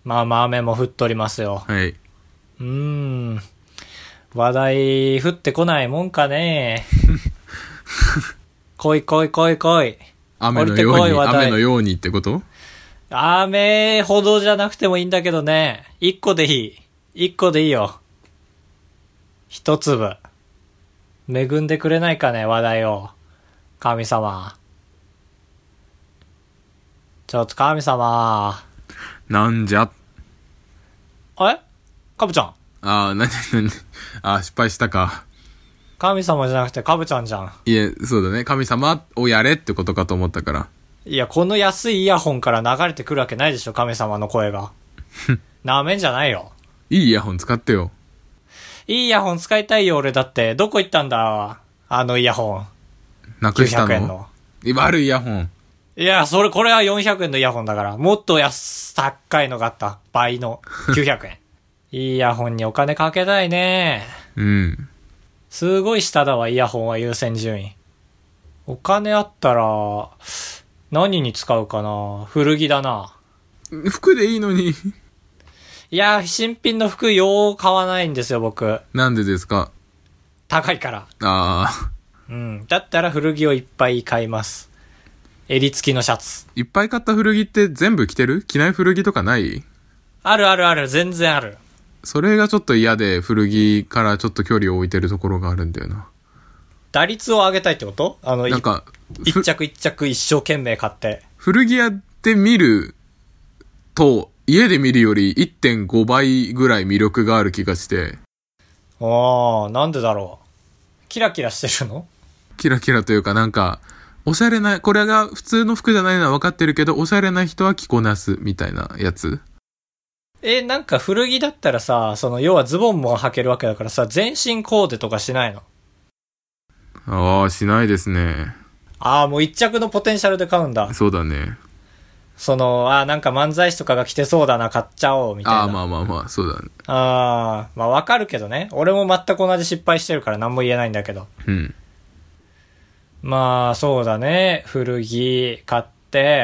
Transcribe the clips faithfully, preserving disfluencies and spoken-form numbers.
まあまあ雨も降っておりますよ。 はい。 うーん。話題降ってこないもんかね。来い来い来い来い。 雨のように、雨のようにってこと？ 雨ほどじゃなくてもいいんだけどね。一個でいい。一個でいいよ。一粒。恵んでくれないかね、話題を。神様。ちょっと神様。 なんじゃ。 あれカブちゃん。 ああ、なになに、ああ、失敗したか。 神様じゃなくてカブちゃんじゃん。 いえ、そうだね。神様をやれってことかと思ったから。 いや、この安いイヤホンから流れてくるわけないでしょ、神様の声が。なめんじゃないよ。 いいイヤホン使ってよ。 いいイヤホン使いたいよ、俺だって。どこ行ったんだあのイヤホン。 なくしたの？ きゅうひゃくえんの。 悪いイヤホン。 いや、それ、これはよんひゃくえんのイヤホンだから。もっと安、高いのがあった。倍の。きゅうひゃくえん。いいイヤホンにお金かけたいね。 うん。 すごい下だわ、イヤホンは優先順位。お金あったら、何に使うかな。古着だな。 服でいいのに。 いや、新品の服よう買わないんですよ、僕。 なんでですか？ 高いから。 ああ。 うん。だったら古着をいっぱい買います。襟付きのシャツ。 いっぱい買った古着って全部着てる？着ない古着とかない？ あるあるある、全然ある。 それがちょっと嫌で、古着からちょっと距離を置いてるところがあるんだよな。 打率を上げたいってこと？あの、 なんか、 一着一着一生懸命買って。 古着屋で見ると、家で見るより いってんご 倍ぐらい魅力がある気がして。 ああ、なんでだろう。キラキラしてるの？ キラキラというかなんか、おしゃれな、これが普通の服じゃないのは分かってるけど、おしゃれな人は着こなすみたいなやつ。 え、なんか古着だったらさ、その要はズボンも履けるわけだからさ、全身コーデとかしないの？ ああ、しないですね。 ああ、もう一着のポテンシャルで買うんだ。 そうだね。 その、ああ、なんか漫才師とかが着てそうだな、買っちゃおう、みたいな。 ああ、まあまあまあ、そうだね。 ああ、まあわかるけどね。俺も全く同じ失敗してるから何も言えないんだけど。 うん。 まあ、そうだね。古着買って、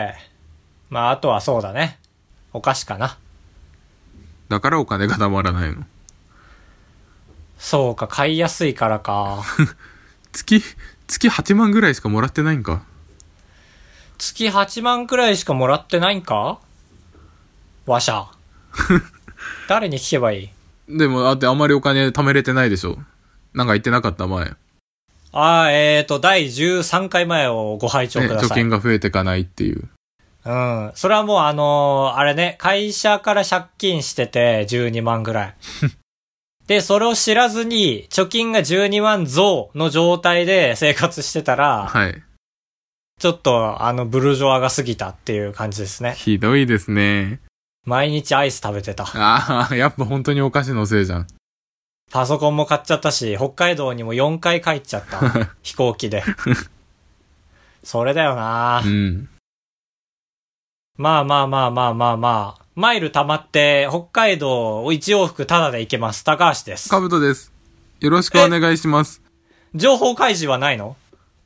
まあ、あとはそうだね。お菓子かな。 だからお金がたまらないの。 そうか、買いやすいからか。 月、月はちまんぐらいしかもらってないんか？ 月はちまんくらいしかもらってないんか？わしゃ。誰に聞けばいい？ でも、だってあんまりお金貯めれてないでしょ。なんか言ってなかった前。 ああ、えーと、だいじゅうさんかいまえをご拝聴ください。 ね、貯金が増えてかないっていう。 うん。それはもうあのー、あれね、会社から借金しててじゅうにまんぐらい。で、それを知らずに、貯金がじゅうにまん増の状態で生活してたら、 はい。 ちょっと、あの、ブルジョアが過ぎたっていう感じですね。 ひどいですね。 毎日アイス食べてた。 ああ、やっぱ本当にお菓子のせいじゃん。 パソコンも買っちゃったし、北海道にもよんかい帰っちゃった。飛行機で。それだよな。 うん。 まあまあまあまあまあまあ。マイル溜まって、北海道を一往復タダで行けます。高橋です。 カブトです。よろしくお願いします。 情報開示はないの？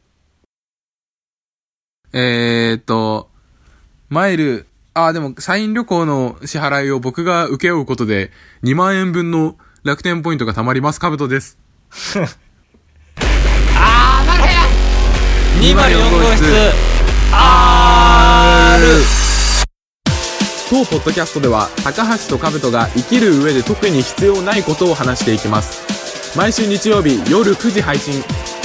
えーっと、マイル、ああ、でも、社員旅行の支払いを僕が請け負うことで、にまんえんぶんの楽天ポイントが貯まります。カブトです。 あー、なるへや にまるよん 号室 R。 当ポッドキャストでは、高橋とカブトが生きる上で特に必要ないことを話していきます。毎週日曜日夜くじ配信。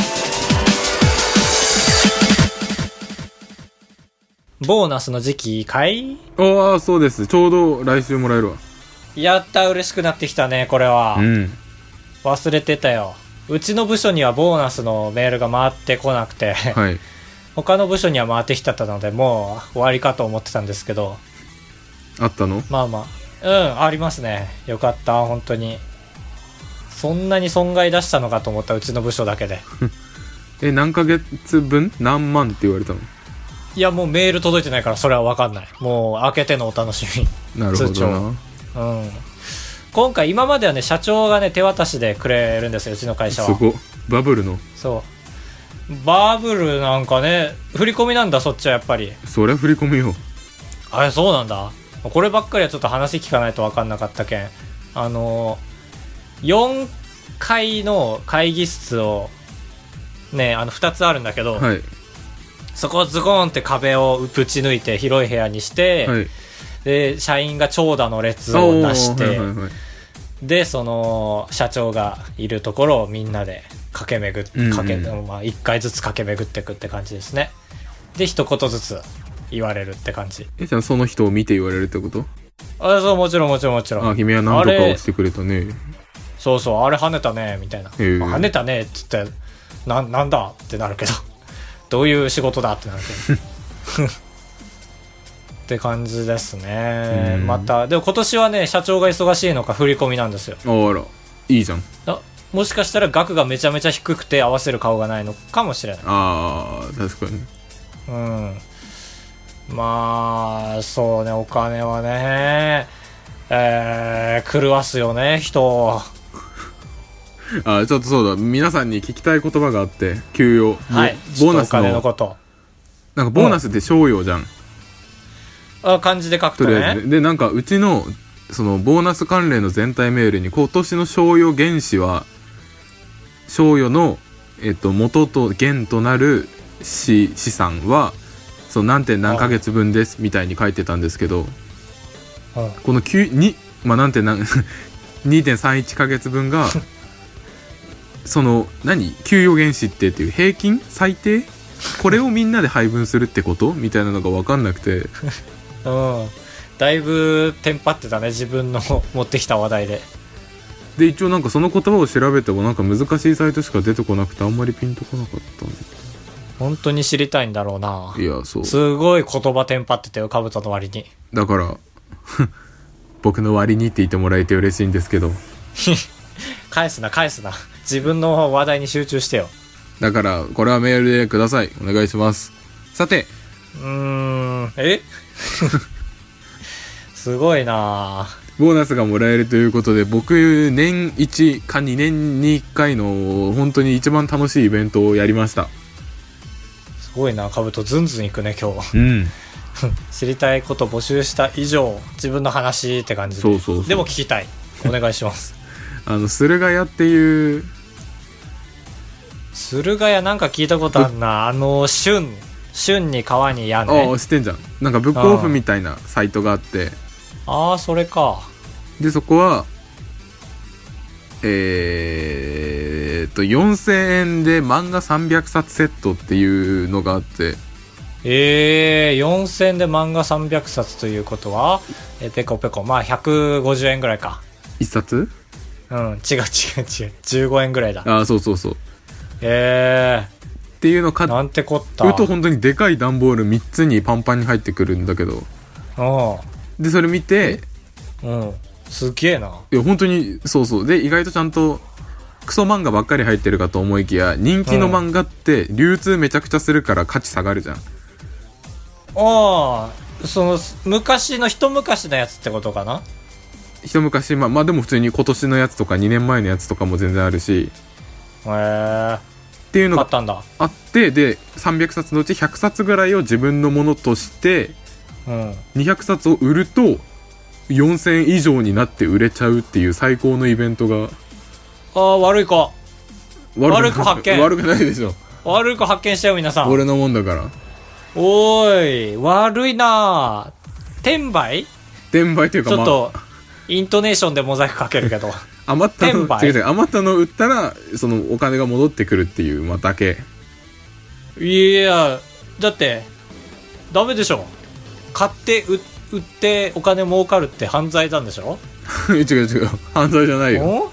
ボーナスの時期かい？ ああ、そうです。ちょうど来週もらえるわ。 やった、嬉しくなってきたね、これは。 うん。 忘れてたよ。うちの部署にはボーナスのメールが回ってこなくて、 はい。 他の部署には回ってきてたので、もう終わりかと思ってたんですけど。 あったの？ まあまあ。うん、ありますね。よかった、本当に。そんなに損害出したのかと思った、うちの部署だけで。 え、何ヶ月分？何万って言われたの？ いや、もうメール届いてないからそれは分かんない。もう開けてのお楽しみ。 なるほどな。 うん。今回、今まではね、社長がね、手渡しでくれるんですよ、うちの会社は。 すご。バブルの。 そう。バブルなんかね、振り込みなんだ、そっちはやっぱり。 そりゃ振り込みよ。 あれ、そうなんだ。 こればっかりはちょっと話聞かないと分かんなかったけん、あのよんかいの会議室をね、あのふたつあるんだけど、 はい、 そこをズゴーンって壁をぶち抜いて広い部屋にして、はい、で社員が長蛇の列をなして、はいはいはい、でその社長がいるところをみんなで駆け巡って、うんうん、駆けまあ、いっかいずつ駆け巡っていくって感じですね。で一言ずつ言われるって感じ。 え、じゃあその人を見て言われるってこと？ あ、そう、もちろんもちろんもちろん。 あ、君は何とかをしてくれたね。 そうそう、あれ跳ねたねみたいな、跳ねたねっつって な, なんだってなるけどどういう仕事だってなるけどって感じですね。またでも今年はね、社長が忙しいのか振り込みなんですよ。 あら、いいじゃん。 もしかしたら額がめちゃめちゃ低くて合わせる顔がないのかもしれない。 ああ、確かに。 うん、まあそうね、お金はね、えー、狂わすよね人を。 あ、ちょっとそうだ、皆さんに聞きたい言葉があって、給与、 はい、ボーナスのお金のこと。 なんかボーナスって賞与じゃん、 うん、あ、漢字で書くとね。 で、なんかうちのそのボーナス関連の全体メールに、今年の賞与原資は賞与の、えっと、元と元となる資資産はその何点何ヶ月分ですみたいに書いてたんですけど、このに、まあ、何点何にてんさんいち ヶ月分がその何給与原資ってっていう平均最低これをみんなで配分するってことみたいなのが分かんなくてうん、だいぶテンパってたね、自分の持ってきた話題で。 で一応なんかその言葉を調べてもなんか難しいサイトしか出てこなくてあんまりピンとこなかったんだけど、 本当に知りたいんだろうな。 いや、そう、 すごい言葉テンパってたよ、カブトの割に。 だから僕の割にって言ってもらえて嬉しいんですけど返すな返すな、自分の話題に集中してよ。 だからこれはメールでください、お願いします。さて、 うーん、えすごいな。 ボーナスがもらえるということで、僕年いちかにねんにいっかいの本当に一番楽しいイベントをやりました。 すごいな、カブトズンズンいくね今日。 うん知りたいこと募集した以上自分の話って感じで。 そうそうそう、 でも聞きたい、お願いしますあの駿河屋っていう、 駿河屋なんか聞いたことあるな。あの旬旬に川に屋ね。 ああ、知ってんじゃん。なんかブックオフみたいなサイトがあって、 ああ、それか。 でそこはえーっとよんせんえんで漫画さんびゃくさつセットっていうのがあって、 えー、よんせんえんで漫画さんびゃくさつということは、えー、ペコペコ、まあひゃくごじゅうえんぐらいか。 いっさつ？ うん、違う違う違う、じゅうごえんぐらいだ。 ああ、そうそうそう。 えー、 っていうのか、 なんてこった。 うと本当にでかい段ボールみっつにパンパンに入ってくるんだけど、 うん、 でそれ見て、 うん、すげえな。 いや本当にそうそう、で意外とちゃんとクソ漫画ばっかり入ってるかと思いきや、人気の漫画って流通めちゃくちゃするから価値下がるじゃん。 ああ、その昔の一昔のやつってことかな。 一昔、まあまあでも普通に今年のやつとかにねんまえのやつとかも全然あるし、 へーっていうのがあったんだ。 あって、でさんびゃくさつのうちひゃくさつぐらいを自分のものとして、 うん、 にひゃくさつを売るとよんせんえん以上になって売れちゃうっていう最高のイベントが。 ああ、悪い子悪く発見。 悪くないでしょ。 悪い子発見したよ皆さん。 俺のもんだから。 おーい、悪いな。転売転売というか、 ちょっと、まあ、イントネーションでモザイクかけるけど余ったの違う違う余ったのを売ったらそのお金が戻ってくるっていう、まあ、だけ。 いやだってダメでしょ。買って売ってお金儲かるって犯罪なんでしょ違う違う、犯罪じゃないよ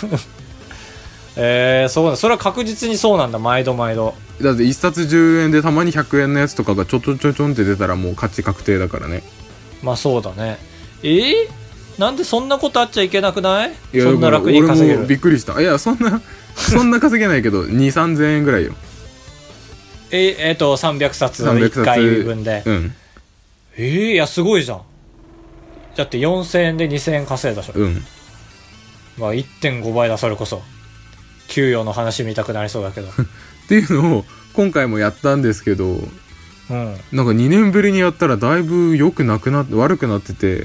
えー、そうだ、それは確実にそうなんだ。毎度毎度だっていっさつじゅうえんでたまにひゃくえんのやつとかがちょちょちょちょんって出たらもう勝ち確定だからね。 まあそうだね。えー、なんでそんなことあっちゃいけなくない？いや、そんな楽に稼げる。 俺もびっくりした。いや、そんなそんな稼げないけどにせんさんぜんえんぐらいよ。 えー、えー、とさんびゃくさついっかい分で。 うん。 えー、いやすごいじゃん。だってよんせんえんでにせんえん稼いだでしょ。 うん。 まあ いってんご 倍だ。それこそ給与の話見たくなりそうだけどっていうのを今回もやったんですけど、 うんなんかにねんぶりにやったらだいぶ良くなくなって悪くなってて、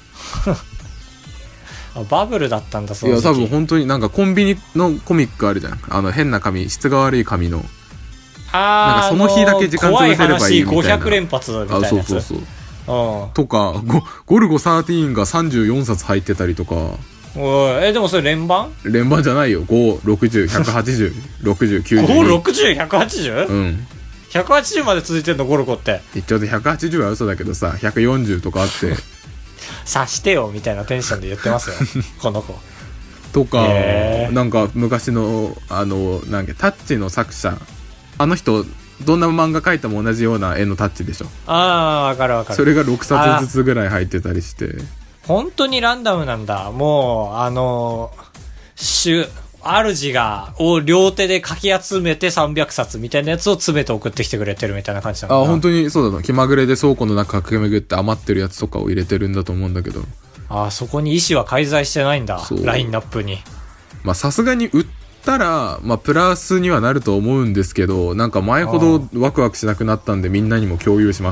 あバブルだったんだその時期。 いや多分本当になんかコンビニのコミックあるじゃん、あの変な紙、質が悪い紙の、 あーなんかその日だけ時間潰せればいいみたいな、 怖い話ごひゃく連発みたいなやつ。 あそうそうそううんとかゴ、ゴルゴじゅうさんがさんじゅうよんさつ入ってたりとか。 おいえでもそれ連番連番じゃないよ。ご、ろくじゅう、ひゃくはちじゅう、ろくじゅう、きゅうじゅう。 ご、ろくじゅう、ひゃくはちじゅう？ うん。 ひゃくはちじゅうまで続いてんのゴルゴって。 一応でひゃくはちじゅうは嘘だけどさ、ひゃくよんじゅうとかあって察してよみたいなテンションで言ってますよこの子とか、 へーなんか昔のあのなんかタッチの作者、あの人どんな漫画描いても同じような絵のタッチでしょ。 ああわかるわかる。 それがろくさつずつぐらい入ってたりして、 本当にランダムなんだ。もうあの主主がを両手でかき集めてさんびゃくさつみたいなやつを詰めて送ってきてくれてるみたいな感じなのかな。 あ本当にそうだな、気まぐれで倉庫の中駆け巡って余ってるやつとかを入れてるんだと思うんだけど、 あそこに意思は介在してないんだそうラインナップに。 まあさすがに売ったらまあプラスにはなると思うんですけど、なんか前ほどワクワクしなくなったんでみんなにも共有します。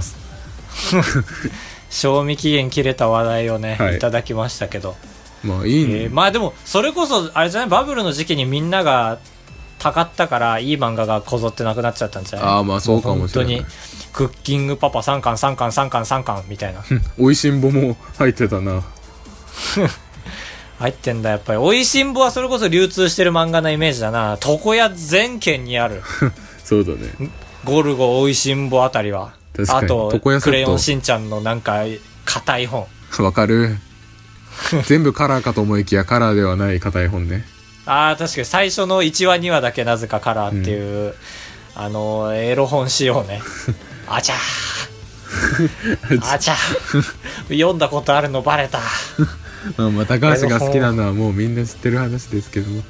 賞味期限切れた話題をね、 はいいただきましたけど、 まあいいね、 えーまあでもそれこそあれじゃない、バブルの時期にみんながたかったからいい漫画がこぞってなくなっちゃったんじゃない？ ああまあそうかもしれない。 本当にクッキングパパさんかんさんかんさんかんさんかんみたいなおいしんぼも入ってたな。 入ってんだ。やっぱりおいしんぼはそれこそ流通してる漫画なイメージだな。床屋全県にあるそうだね。 ゴルゴおいしんぼあたりは。 確かにあと床屋セットクレヨンしんちゃんのなんか硬い本。 わかる。全部カラーかと思いきやカラーではない硬い本ね。 ああ確かに最初のいちわにわだけなぜかカラーっていう、うん、あのエロ本仕様ね。あちゃーあちゃー読んだことあるのバレた。 まあまあ高橋が好きなのはもうみんな知ってる話ですけども。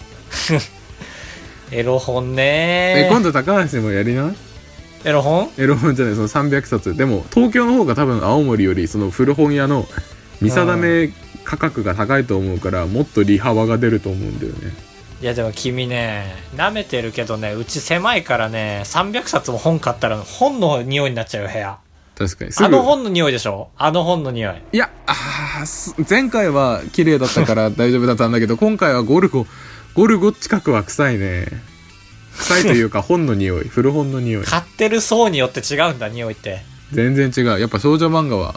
エロ本ねー。 え今度高橋もやりな。 エロ本エロ本じゃない、そのさんびゃくさつでも東京の方が多分青森よりその古本屋の見定め価格が高いと思うから、もっと利幅が出ると思うんだよね。 いやでも君ね舐めてるけどね、うち狭いからねさんびゃくさつも本買ったら本の匂いになっちゃうよ部屋。 確かにすぐあの本の匂いでしょ、あの本の匂い。 いやあ前回は綺麗だったから大丈夫だったんだけど今回はゴルゴゴルゴ近くは臭いね。臭いというか本の匂い、古本の匂い。 買ってる層によって違うんだ匂いって。 全然違う。やっぱ少女漫画は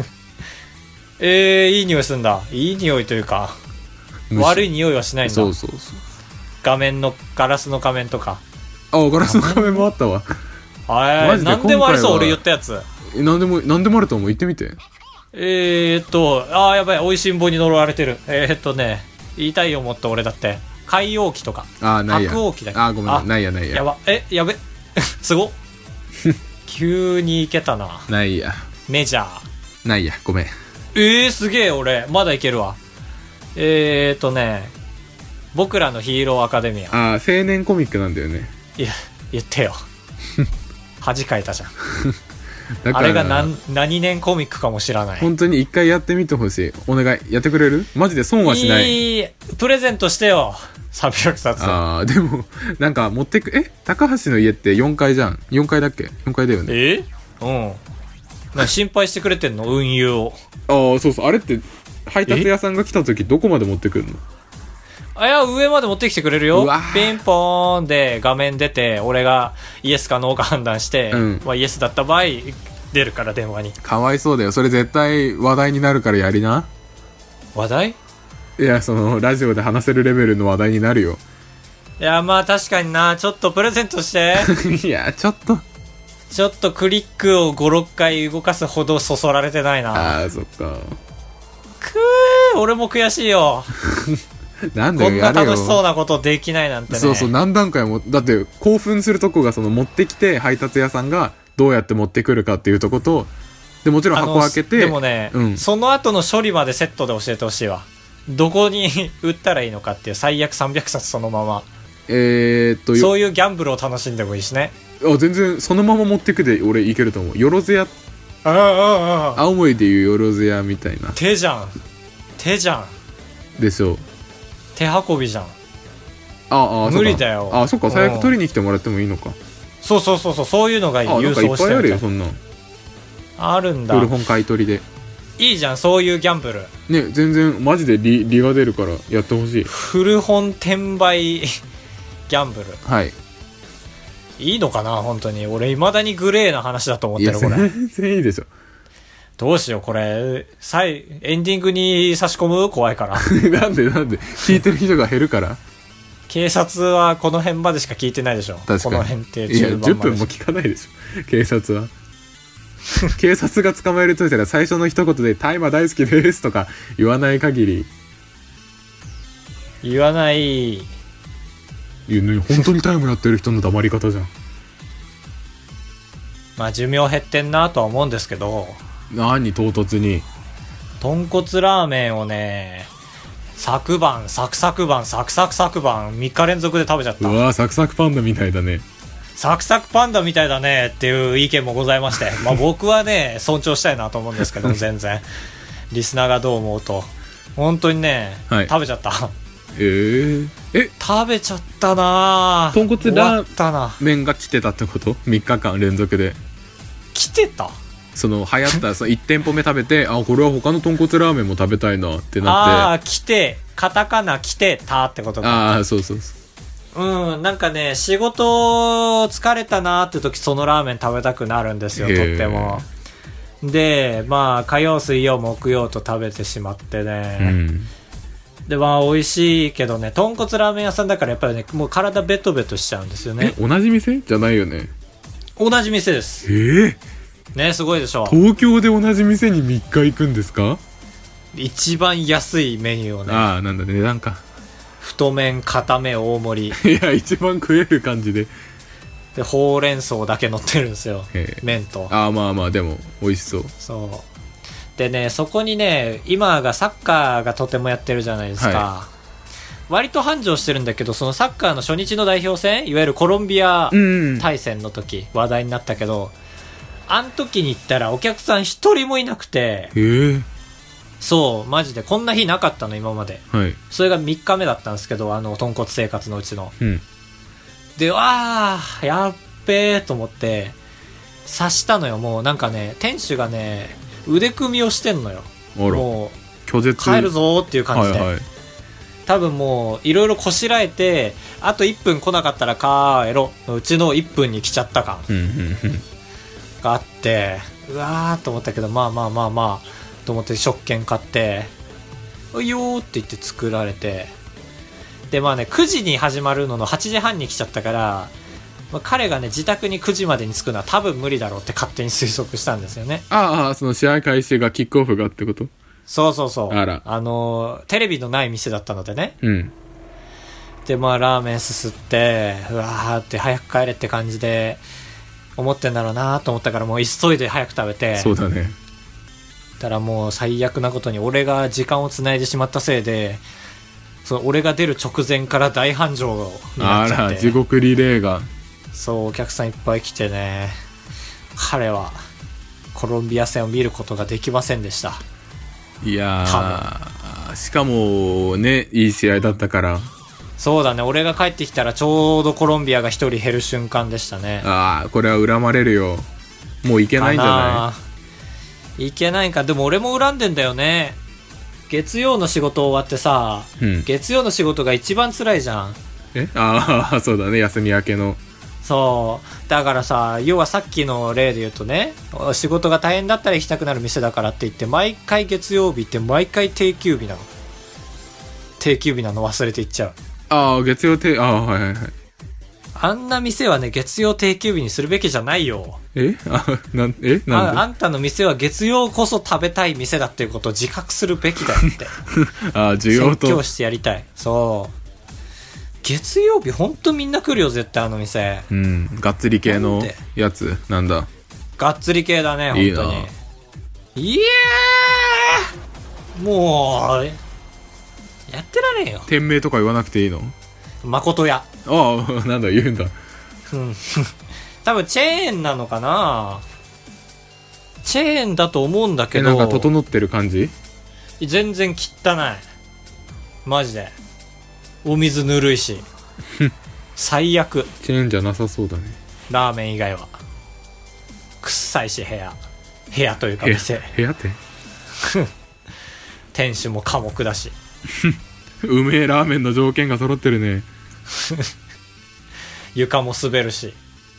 えー、いい匂いするんだ。いい匂いというか悪い匂いはしないんだ。 そうそうそう。 画面のガラスの仮面とか。 あガラスの仮面もあったわ。 あマジで何でもありそう。 今回は俺言ったやつ何でも何でもあると思う。言ってみて。 えーっとあーやばい、おいしんぼに呪われてる。えーっとね言いたいよもっと俺だって海王機とかあないや。 白王機だっけ。 あごめんないやないや。 やばえやべすごっ急にいけたな。 ないやメジャーないやごめん。 えー、すげえ俺まだいけるわ。えーっとね僕らのヒーローアカデミア。 あ青年コミックなんだよね。 いや言ってよ恥かいたじゃん。 だからあれが何何年コミックかも知らない。 本当に一回やってみてほしい。お願いやってくれる？マジで損はしない。 いいプレゼントしてよさんびゃくさつ。 あーでもなんか持ってくえ高橋の家ってよんかいじゃん。よんかいだっけ？よんかいだよね。 えうんな心配してくれてんの運輸を。 ああそうそうあれって配達屋さんが来た時どこまで持ってくるの？ あいや上まで持ってきてくれるようわ。 ピンポーンで画面出て俺がイエスかノーか判断して、 うんまあ、イエスだった場合出るから電話に。 かわいそうだよ。それ絶対話題になるからやりな。 話題？ いやそのラジオで話せるレベルの話題になるよ。 いやまあ確かにな。ちょっとプレゼントしていやちょっとちょっとクリックをごろっかい動かすほどそそられてないな。 あーそっか。 くー俺も悔しいよなんだこんなよやれよ。 楽しそうなことできないなんてね。 そうそう何段階もだって興奮するとこがその持ってきて配達屋さんがどうやって持ってくるかっていうとことでもちろん箱開けてでもね、 うん、 その後の処理までセットで教えてほしいわ。どこに売ったらいいのかっていう。最悪さんびゃくさつそのまま。 えー、っとそういうギャンブルを楽しんでもいいしね。 あ全然そのまま持ってくで俺いけると思う。よろず屋うんうんうん青森でいうよろず屋みたいな手じゃん手じゃんでしょう。 手運びじゃん。 ああ無理だよ。 あそっか最悪取りに来てもらってもいいのか。 そうそうそうそう、そういうのがいい。 あ、なん郵かいっぱいあるよ、 送してみたい。 そんなん。 あるんだ。 古本買い取りで。 いいじゃん、そういうギャンブル。 ね、全然、マジで利、利が出るから、やってほしい。 古本転売ギャンブル。 はい。 いいのかな本当に。俺、未だにグレーな話だと思っいや、 てる、これ。 全然いいでしょ。 どうしよう、これ。さい、エンディングに差し込む怖いから。 なんでなんで聞いてる人が減るから。 警察はこの辺までしか聞いてないでしょ。 確かに。 この辺っていや、 中盤までじゅっぷんも聞かないでしょ。警察は。警察が捕まえるとしたら最初の一言で大麻大好きですとか言わない限り。 言わない。 いや、ね、本当にタイムやってる人の黙り方じゃん。 まあ寿命減ってんなとは思うんですけど、 何唐突に。 豚骨ラーメンをね、昨晩サクサク晩サクサクサク晩みっか連続で食べちゃった。 うわー、サクサクパンダみたいだね。 サクサクパンダみたいだねっていう意見もございまして、まあ僕はね尊重したいなと思うんですけど、全然リスナーがどう思うと本当にね、はい、食べちゃった。 えー、え食べちゃったな。 豚骨ラーメンが来てたってこと？ みっ 日間連続で来てた。 その流行ったそのいち店舗目食べて、あ、これは他の豚骨ラーメンも食べたいなってなって、 ああ来て、カタカナ来てたってことか。 ああ、そうそうそう。 うん、なんかね、仕事疲れたなーって時そのラーメン食べたくなるんですよ、とっても。で、まあ火曜水曜木曜と食べてしまってね、うん、でまあ美味しいけどね、豚骨ラーメン屋さんだからやっぱりね、もう体ベトベトしちゃうんですよね。 え、同じ店じゃないよね？ 同じ店です。 えー、 ね、すごいでしょ。 東京で同じ店にみっか行くんですか？ 一番安いメニューをね。 ああ、なんだね、値段か。 太麺固め大盛り。 いや、一番食える感じで。 でほうれん草だけ乗ってるんですよ、麺と。 ああ、まあまあ、でも美味しそう。 そうでね、そこにね、今がサッカーがとてもやってるじゃないですか、はい、割と繁盛してるんだけど、そのサッカーの初日の代表戦、いわゆるコロンビア対戦の時、話題になったけど、あん時に行ったらお客さん一人もいなくて、 へー、 そう、マジでこんな日なかったの今まで、はい、それがみっかめだったんですけど、あの豚骨生活のうちの、うん、で、わーやっべーと思って刺したのよ。もうなんかね、店主がね腕組みをしてんのよ。もう拒絶、 帰るぞーっていう感じで、はいはい、多分もういろいろこしらえて、あといっぷん来なかったら帰ろのうちのいっぷんに来ちゃった感があって、うわーと思ったけど、まあまあまあまあと思って食券買って、おいよーって言って作られて、でまあね、くじに始まるののはちじはんに来ちゃったから、まあ、彼がね自宅にくじまでに着くのは多分無理だろうって勝手に推測したんですよね。 ああ、その試合開始がキックオフがってこと？ そうそうそう。 あら、 あのテレビのない店だったのでね、 うん、 でまあラーメンすすって、うわーって早く帰れって感じで思ってんだろうなと思ったから、もう急いで早く食べて。 そうだね。 たらもう最悪なことに俺が時間をつないでしまったせいで、その俺が出る直前から大繁盛になっちゃって、 あら、地獄リレーが。 そう、お客さんいっぱい来てね、彼はコロンビア戦を見ることができませんでした。 いやー、しかもね、いい試合だったから。 そうだね、俺が帰ってきたらちょうどコロンビアが一人減る瞬間でしたね。 ああ、これは恨まれるよ。もういけないんじゃない？ いけないか。でも俺も恨んでんだよね。月曜の仕事終わってさ、うん、月曜の仕事が一番辛いじゃん。 え、ああ、そうだね、休み明けの。 そうだからさ、要はさっきの例で言うとね、仕事が大変だったら行きたくなる店だからって言って、毎回月曜日って毎回定休日なの。定休日なの忘れていっちゃう。 ああ、月曜定、ああ、はいはいはい。 あんな店はね、月曜定休日にするべきじゃないよ。 えあ、なん、えなんで？ あ、あんたの店は月曜こそ食べたい店だっていうことを自覚するべきだよって。 ああ、需要と。 説教してやりたい。そう。月曜日ほんとみんな来るよ、絶対あの店。 うん、がっつり系のやつなんだ。 がっつり系だね、ほんとに。いいな。いやー、もう、やってられんよ。 店名とか言わなくていいの？ 誠屋。 ああ、なんだ言うんだ。 多分チェーンなのかな。チェーンだと思うんだけど。 なんか整ってる感じ？ 全然汚い。マジで。お水ぬるいし。最悪。 チェーンじゃなさそうだね。 ラーメン以外は。くっさいし部屋。部屋というか店。 部屋って店主も寡黙だし。 うめえラーメンの条件が揃ってるね。 床も滑るし。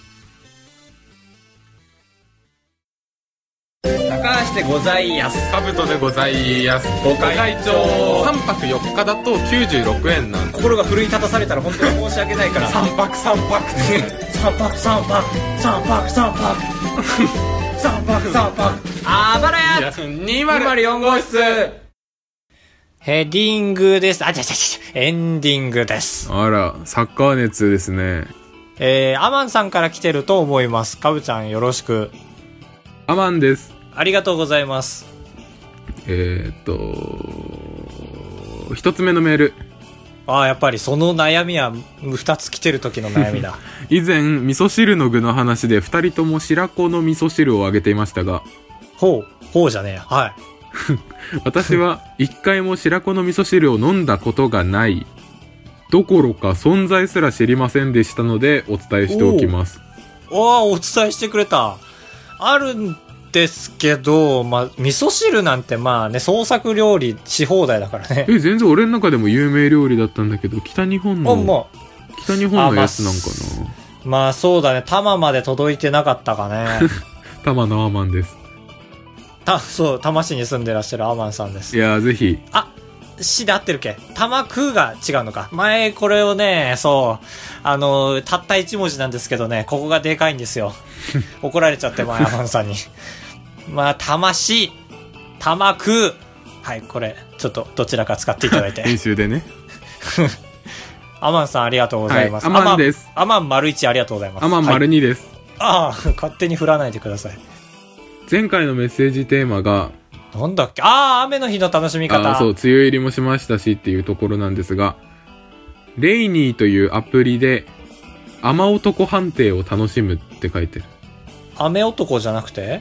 高橋でございやす。 カブトでございやす。 ご会長さんぱくよっかだときゅうじゅうろくえんなんで。 心が奮い立たされたら本当に申し訳ないからさんぱくさんぱくさんぱくさんぱくさんぱくさんぱくさんぱくさんぱくあばらやにまるよん号室。 ヘディングです。あ、違う違う違う。エンディングです。 あら、サッカー熱ですね。 えー、アマンさんから来てると思います。かぶちゃんよろしく。 アマンです。 ありがとうございます。 えー、っと、一つ目のメール。 ああ、やっぱりその悩みは二つ来てる時の悩みだ。 以前、味噌汁の具の話で二人とも白子の味噌汁をあげていましたが。 ほう、ほうじゃねえや。はい。 私は一回も白子の味噌汁を飲んだことがないどころか存在すら知りませんでしたのでお伝えしておきます。 おあ、お伝えしてくれた。あるんですけど、まあ、味噌汁なんてまあね、創作料理し放題だからね。 え、全然俺の中でも有名料理だったんだけど、北日本の、 もう北日本のやつなんかな。 まあそうだね、多摩まで届いてなかったかね。 多摩のアマンです。 た、そう、多摩市に住んでらっしゃるアマンさんです。 いやー、ぜひ。 あ、市で合ってるっけ？多摩区が違うのか。前これをね、そう、あの、たった一文字なんですけどね、ここがでかいんですよ。怒られちゃって、前アマンさんに。まあ、多摩市、多摩区。はい、これ、ちょっとどちらか使っていただいて。 編集でね。 アマンさんありがとうございます。 はい、アマンです。 アマン丸一ありがとうございます。 アマン丸二です。 はい、ああ、勝手に振らないでください。 前回のメッセージテーマが、 なんだっけ、ああ、雨の日の楽しみ方。 あ、そう、梅雨入りもしましたしっていうところなんですが、レイニーというアプリで、雨男判定を楽しむって書いてる。 雨男じゃなくて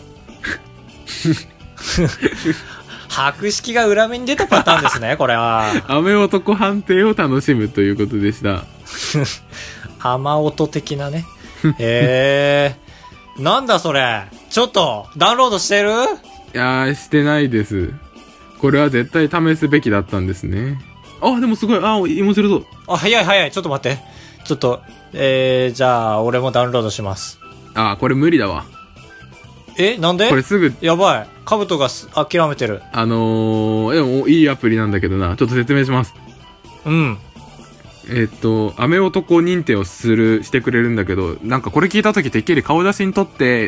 白式が裏目に出たパターンですね、これは。 雨男判定を楽しむということでした。 雨音的なね。へえ。なんだそれ。ちょっと、ダウンロードしてる？ いやー、してないです。これは絶対試すべきだったんですね。あ、でもすごい、あ、面白そう。 あ、早い早い、ちょっと待って。ちょっと、えー、じゃあ、俺もダウンロードします。 あ、これ無理だわ。 え、なんで？ これすぐ。 やばい。カブトが諦めてる。 あのー、でもいいアプリなんだけどな。ちょっと説明します。 うん。 えっと、雨男認定をする、してくれるんだけど、なんかこれ聞いたときてっきり顔写真撮って、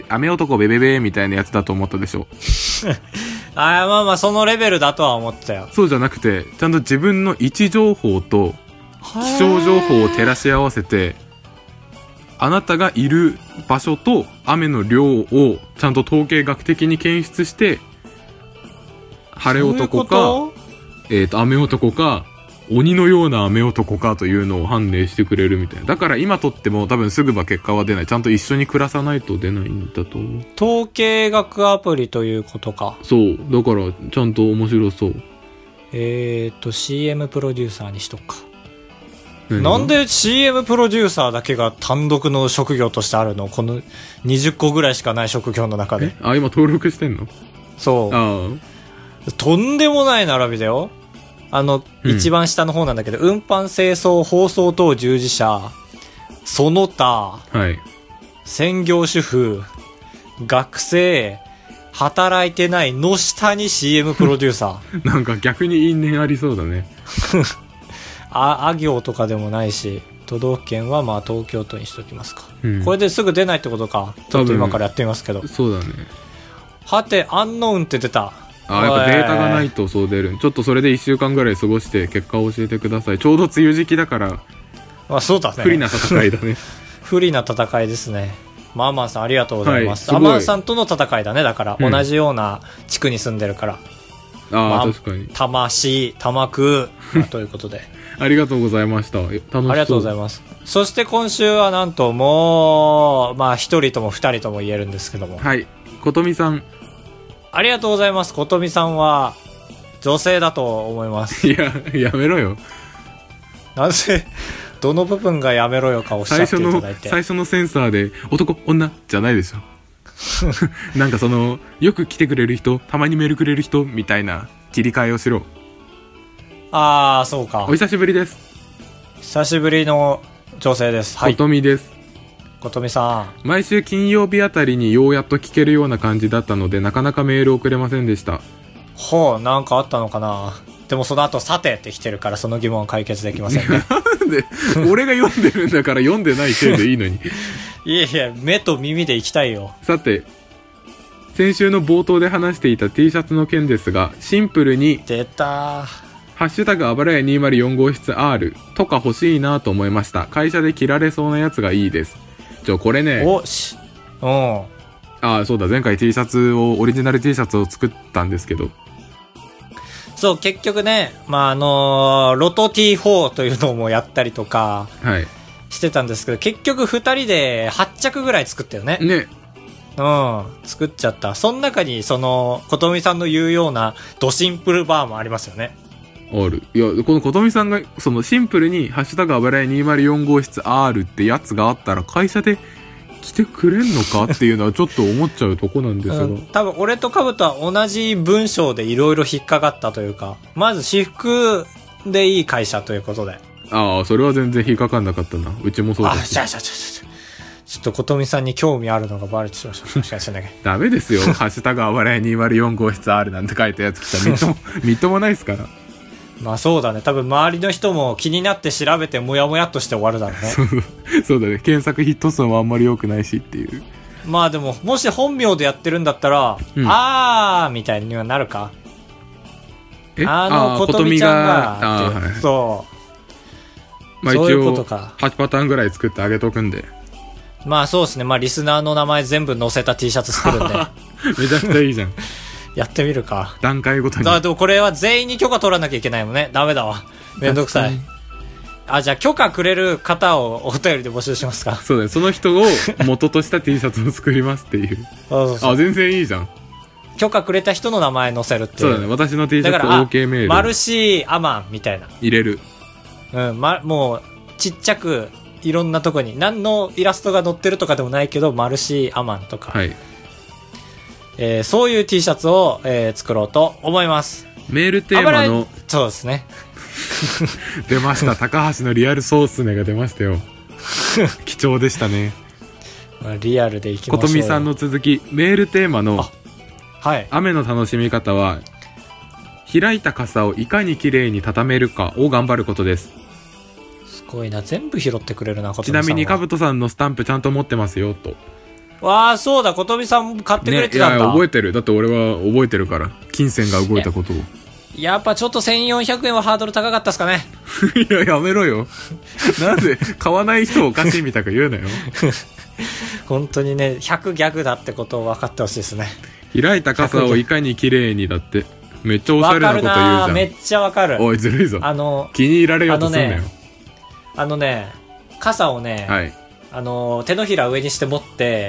雨男ベベベみたいなやつだと思ったでしょ。 あ、まあまあ、そのレベルだとは思ってたよ。 そうじゃなくて、ちゃんと自分の位置情報と、気象情報を照らし合わせて、あなたがいる場所と雨の量をちゃんと統計学的に検出して、晴れ男か、えっと、雨男か、鬼のような雨男かというのを判例してくれるみたいな。だから今撮っても多分すぐは結果は出ない。ちゃんと一緒に暮らさないと出ないんだと思う。 統計学アプリということか。 そう。だからちゃんと面白そう。 えーと、シーエム プロデューサーにしとくか。なんで シーエム プロデューサーだけが単独の職業としてあるの？このにじゅっこぐらいしかない職業の中で。 あ、今登録してんの？ そう。 ああ。とんでもない並びだよ。あの、うん、一番下の方なんだけど、運搬清掃放送等従事者、その他、 はい、 専業主婦、学生、働いてないの下に シーエム プロデューサー。なんか逆に因縁ありそうだね。 あ、あ行とかでもないし、都道府県はまあ東京都にしときますか、うん。これですぐ出ないってことか。ちょっと今からやってみますけど。 そうだね。 はて、アンノウンって出た。 あ、やっぱデータがないとそう出る。ちょっとそれでいっしゅうかんぐらい過ごして結果を教えてください。ちょうど梅雨時期だから。 あ、そうだね。 不利な戦いだね。 不利な戦いですね。まあアマンさんありがとうございます。はい、アマンさんとの戦いだね。だから、うん、同じような地区に住んでるから。 あ、まあ、確かに。 多摩市、多摩区、まあ、ということで。 ありがとうございました。楽しそう。 ありがとうございます。そして今週はなんともう、まあ一人とも二人とも言えるんですけども。 はい。ことみさん。 ありがとうございます。ことみさんは女性だと思います。 いや、やめろよ。 なんで、 どの部分がやめろよかおっしゃっていただいて。 最初の最初のセンサーで男女じゃないでしょなんかそのよく来てくれる人、たまにメールくれる人みたいな切り替えをしろ。 ああ、そうか。 お久しぶりです。 久しぶりの女性です。はい。 ことみです。 ことみさん。毎週金曜日あたりにようやっと聞けるような感じだったので、なかなかメール送れませんでした。 ほう、なんかあったのかな。でもその後さてって来てるからその疑問は解決できませんね。 なんで俺が読んでるんだから読んでないせいでいいのに。 いやいや、目と耳で行きたいよ。 さて、先週の冒頭で話していた T シャツの件ですが、シンプルに出たハッシュタグあばらやにまるよん号室 R とか欲しいなと思いました。会社で着られそうなやつがいいです。ちょこれね、 おしうんああそうだ、前回 T シャツをオリジナル T シャツを作ったんですけど、 そう結局ね、まああのー、ロト ティーフォー というのもやったりとかしてたんですけど、はい、結局ふたりではち着ぐらい作ったよね。 ね、 うん、作っちゃった。その中にそのことみさんの言うようなドシンプルバーもありますよね。 ある。いや、このことみさんがそのシンプルにハッシュタグあばらやにまるよん号室 R ってやつがあったら会社で来てくれんのかっていうのはちょっと思っちゃうとこなんですが、うん、 多分俺とカブとは同じ文章でいろいろ引っかかったというか、まず私服でいい会社ということで。 ああ、それは全然引っかかんなかったな。うちもそうです。 あ、じゃあじゃあじゃあじゃあちょっとことみさんに興味あるのがバレてしまいました。確かにそれだけダメですよ。ハッシュタグあばらやにまるよん号室 R なんて書いたやつ来たらみっともみっともないですから。 まあそうだね。多分周りの人も気になって調べてもやもやっとして終わるだろうね。 そうそうだね。検索ヒット数もあんまり良くないしっていう。 まあでももし本名でやってるんだったら、うん、あーみたいにはなるか。 えあのことみちゃんがあ、はい、 そうまあ一応そういうことか。 はちパターンぐらい作ってあげとくんで。 まあそうですね。まあリスナーの名前全部載せた T シャツ作るんで。 めちゃくちゃいいじゃん。 やってみるか。 段階ごとに。 だでもこれは全員に許可取らなきゃいけないもんね。ダメだわ。めんどくさい。あ、じゃあ許可くれる方をお便りで募集しますか。 そうだね。その人を元とした T シャツを作りますっていう。 そうそうそう。 あ、全然いいじゃん。 許可くれた人の名前載せるっていう。 そうだね。私の T シャツ OK メール。 マルシーアマンみたいな。 入れる。 うん、ま、もう、ちっちゃく、いろんなとこに、何のイラストが載ってるとかでもないけど、マルシーアマンとか。 はい。 えー、そういう T シャツを、えー、作ろうと思います。 メールテーマのそうですね出ました。高橋のリアルソースネが出ましたよ。貴重でしたね。 まあ、リアルでいきましょうよ。 ことみさんの続き、メールテーマのはい、 雨の楽しみ方は開いた傘をいかに綺麗に畳めるかを頑張ることです。 すごいな、全部拾ってくれるな。ことみさんちなみにかぶとさんのスタンプちゃんと持ってますよと。 わあ、そうだ、ことみさん買ってくれてたんだ、 ね、いや覚えてる。だって俺は覚えてるから、金銭が動いたことを。 やっぱちょっとせんよんひゃくえんはハードル高かったっすかね。 いや、やめろよ。なんで買わない人おかしいみたいか言うなよ。 本当にね、ひゃくギャグだってことを分かってほしいですね。 開いた傘をいかに綺麗にだって、めっちゃおしゃれなこと言うじゃん。 めっちゃわかる。 おい、ずるいぞ。 あの気に入られようとすんなよ。 あのね、傘をね、 はい、あの手のひら上にして持って、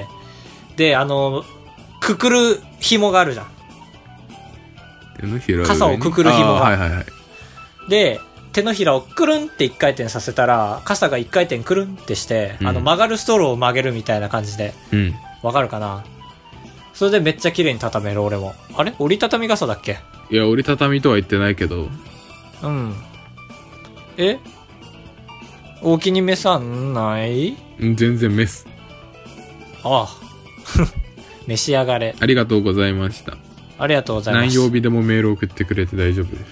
で、あのくくる紐があるじゃん。 手のひら上に傘をくくる紐が、 はいはいはい、 で手のひらをくるんって一回転させたら傘が一回転くるんってして、うん、あの曲がるストローを曲げるみたいな感じで、 うん、 わかるかな。それでめっちゃ綺麗に畳める。俺もあれ折りたたみ傘だっけ。 いや、折りたたみとは言ってないけど。 うん。えお気に召さない？ 全然メス。 ああ召し上がれ。 ありがとうございました。 ありがとうございます。 何曜日でもメールを送ってくれて大丈夫です。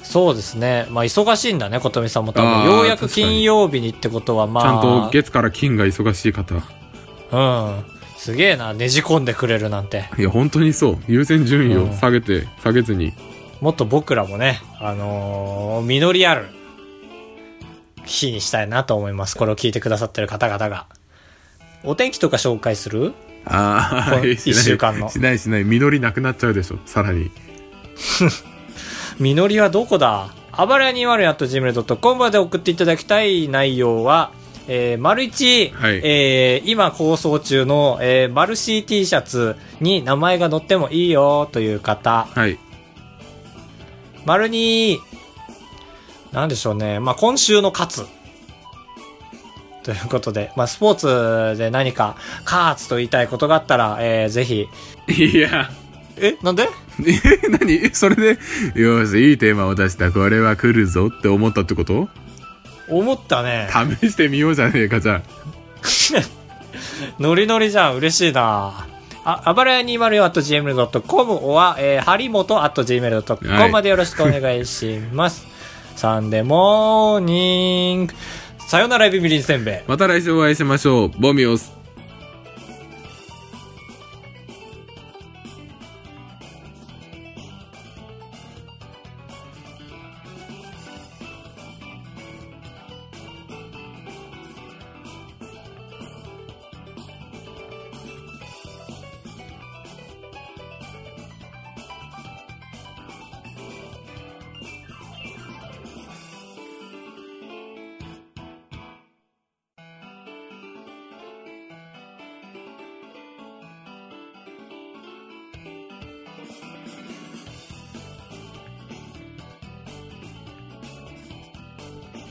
そうですね。まあ忙しいんだね、ことみさんも多分。ようやく金曜日にってことはまあ。 ちゃんと月から金が忙しい方。 うん。すげえな、ねじ込んでくれるなんて。 いや、本当にそう。優先順位を下げて、うん、下げずに。 もっと僕らもね、あのー、実りある日にしたいなと思います。これを聞いてくださってる方々が。お天気とか紹介する？ ああ、 一週間の。 しないしない。実りなくなっちゃうでしょ、さらに。 実りはどこだ？あばらや にまるよん アット ジーメール ドット コム まで送っていただきたい内容は、えー、丸一、 はい、 えー、今構想中の、えー、マルシー T シャツに名前が載ってもいいよという方。 はい。 丸二、なんでしょうね。まあ、今週の勝つ。 ということで、まあ、スポーツで何か、カーツと言いたいことがあったら、えー、ぜひ。 いや。 え、なんでえ、何それで、よし、いいテーマを出した。これは来るぞって思ったってこと？ 思ったね。 試してみようじゃねえか、じゃあ。 ノリノリじゃん。嬉しいな。あ、あばらや にまるよん アット ジーエムエル ドット コム は、えー、はりもと アット ジーエムエル ドット コム までよろしくお願いします。サンデーモーニング。さよならビビリンせんべい。 また来週お会いしましょう。ボミオス。